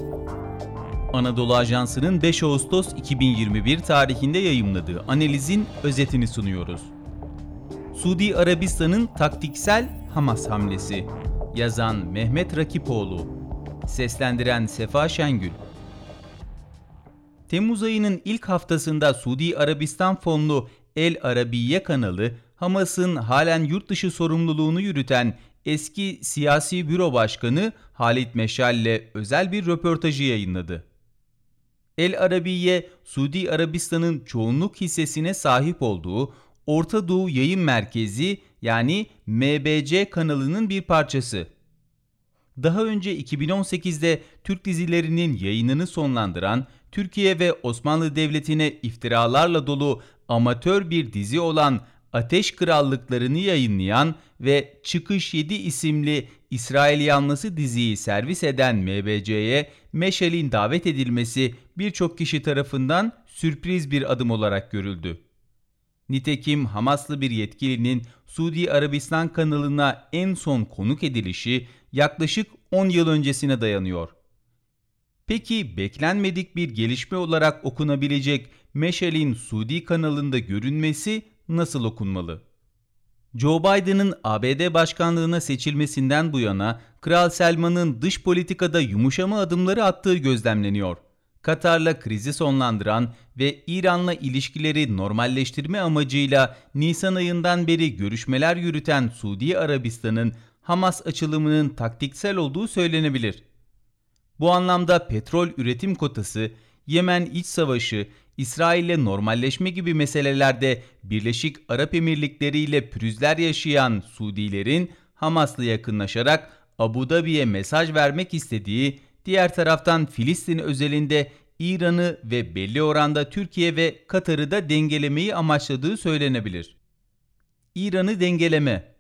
Anadolu Ajansı'nın 5 Ağustos 2021 tarihinde yayımladığı analizin özetini sunuyoruz. Suudi Arabistan'ın taktiksel Hamas hamlesi. Yazan Mehmet Rakipoğlu. Seslendiren Sefa Şengül. Temmuz ayının ilk haftasında Suudi Arabistan fonlu El Arabiye kanalı, Hamas'ın halen yurt dışı sorumluluğunu yürüten eski siyasi büro başkanı Halit Meşal'le özel bir röportajı yayınladı. El Arabiye, Suudi Arabistan'ın çoğunluk hissesine sahip olduğu Orta Doğu Yayın Merkezi yani MBC kanalının bir parçası. Daha önce 2018'de Türk dizilerinin yayınını sonlandıran, Türkiye ve Osmanlı Devleti'ne iftiralarla dolu amatör bir dizi olan Ateş Krallıklarını yayınlayan ve Çıkış 7 isimli İsrail yanlısı diziyi servis eden MBC'ye Meşal'in davet edilmesi birçok kişi tarafından sürpriz bir adım olarak görüldü. Nitekim Hamaslı bir yetkilinin Suudi Arabistan kanalına en son konuk edilişi yaklaşık 10 yıl öncesine dayanıyor. Peki beklenmedik bir gelişme olarak okunabilecek Meşal'in Suudi kanalında görünmesi nasıl okunmalı? Joe Biden'ın ABD başkanlığına seçilmesinden bu yana Kral Selman'ın dış politikada yumuşama adımları attığı gözlemleniyor. Katar'la krizi sonlandıran ve İran'la ilişkileri normalleştirme amacıyla Nisan ayından beri görüşmeler yürüten Suudi Arabistan'ın Hamas açılımının taktiksel olduğu söylenebilir. Bu anlamda petrol üretim kotası, Yemen iç savaşı, İsrail'le normalleşme gibi meselelerde Birleşik Arap Emirlikleri ile pürüzler yaşayan Suudilerin Hamas'la yakınlaşarak Abu Dhabi'ye mesaj vermek istediği, diğer taraftan Filistin özelinde İran'ı ve belli oranda Türkiye ve Katar'ı da dengelemeyi amaçladığı söylenebilir. İran'ı dengeleme.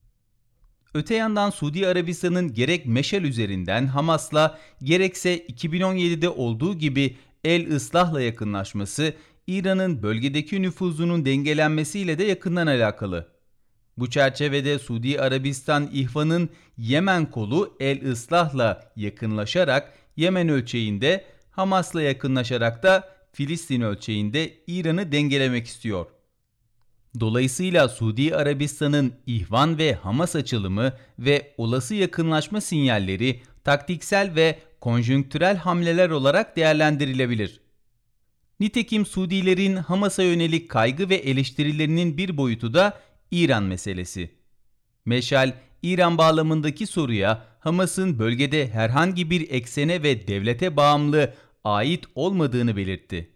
Öte yandan Suudi Arabistan'ın gerek Meşal üzerinden Hamas'la gerekse 2017'de olduğu gibi El Islah'la yakınlaşması, İran'ın bölgedeki nüfuzunun dengelenmesiyle de yakından alakalı. Bu çerçevede Suudi Arabistan İhvan'ın Yemen kolu El Islah'la yakınlaşarak Yemen ölçeğinde, Hamas'la yakınlaşarak da Filistin ölçeğinde İran'ı dengelemek istiyor. Dolayısıyla Suudi Arabistan'ın İhvan ve Hamas açılımı ve olası yakınlaşma sinyalleri taktiksel ve konjonktürel hamleler olarak değerlendirilebilir. Nitekim Suudilerin Hamas'a yönelik kaygı ve eleştirilerinin bir boyutu da İran meselesi. Meşal, İran bağlamındaki soruya Hamas'ın bölgede herhangi bir eksene ve devlete bağımlı ait olmadığını belirtti.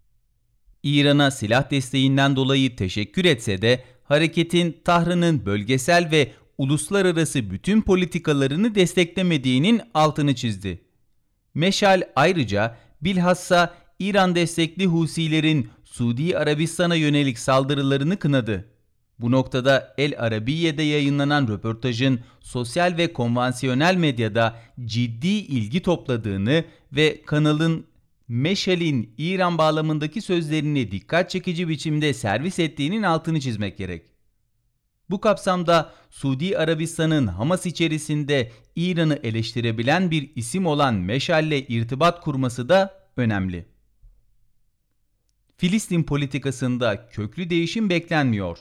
İran'a silah desteğinden dolayı teşekkür etse de hareketin Tahran'ın bölgesel ve uluslararası bütün politikalarını desteklemediğinin altını çizdi. Meşal ayrıca bilhassa İran destekli Husilerin Suudi Arabistan'a yönelik saldırılarını kınadı. Bu noktada El Arabiye'de yayınlanan röportajın sosyal ve konvansiyonel medyada ciddi ilgi topladığını ve kanalın Meşal'in İran bağlamındaki sözlerini dikkat çekici biçimde servis ettiğinin altını çizmek gerek. Bu kapsamda Suudi Arabistan'ın Hamas içerisinde İran'ı eleştirebilen bir isim olan Meşal'le irtibat kurması da önemli. Filistin politikasında köklü değişim beklenmiyor.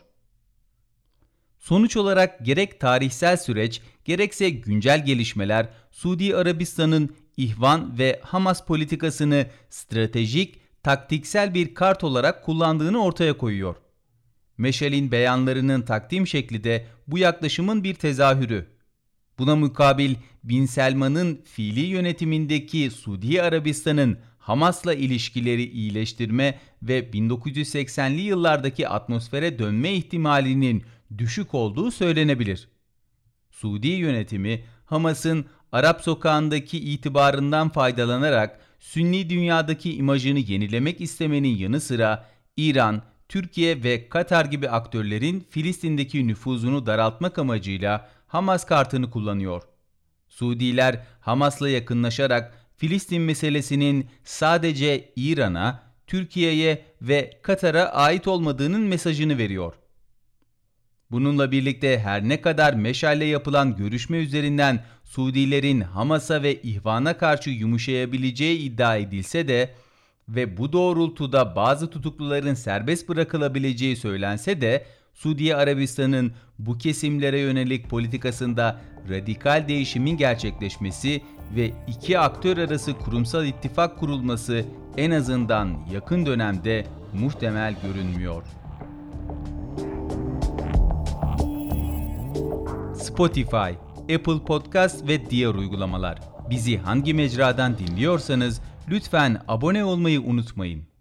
Sonuç olarak gerek tarihsel süreç gerekse güncel gelişmeler Suudi Arabistan'ın İhvan ve Hamas politikasını stratejik, taktiksel bir kart olarak kullandığını ortaya koyuyor. Meşal'in beyanlarının takdim şekli de bu yaklaşımın bir tezahürü. Buna mukabil Bin Selman'ın fiili yönetimindeki Suudi Arabistan'ın Hamas'la ilişkileri iyileştirme ve 1980'li yıllardaki atmosfere dönme ihtimalinin düşük olduğu söylenebilir. Suudi yönetimi Hamas'ın Arap sokağındaki itibarından faydalanarak Sünni dünyadaki imajını yenilemek istemenin yanı sıra İran, Türkiye ve Katar gibi aktörlerin Filistin'deki nüfuzunu daraltmak amacıyla Hamas kartını kullanıyor. Suudiler Hamas'la yakınlaşarak Filistin meselesinin sadece İran'a, Türkiye'ye ve Katar'a ait olmadığının mesajını veriyor. Bununla birlikte her ne kadar Meşal'le yapılan görüşme üzerinden Suudilerin Hamas'a ve İhvan'a karşı yumuşayabileceği iddia edilse de ve bu doğrultuda bazı tutukluların serbest bırakılabileceği söylense de Suudi Arabistan'ın bu kesimlere yönelik politikasında radikal değişimin gerçekleşmesi ve iki aktör arası kurumsal ittifak kurulması en azından yakın dönemde muhtemel görünmüyor. Spotify, Apple Podcast ve diğer uygulamalar. Bizi hangi mecradan dinliyorsanız lütfen abone olmayı unutmayın.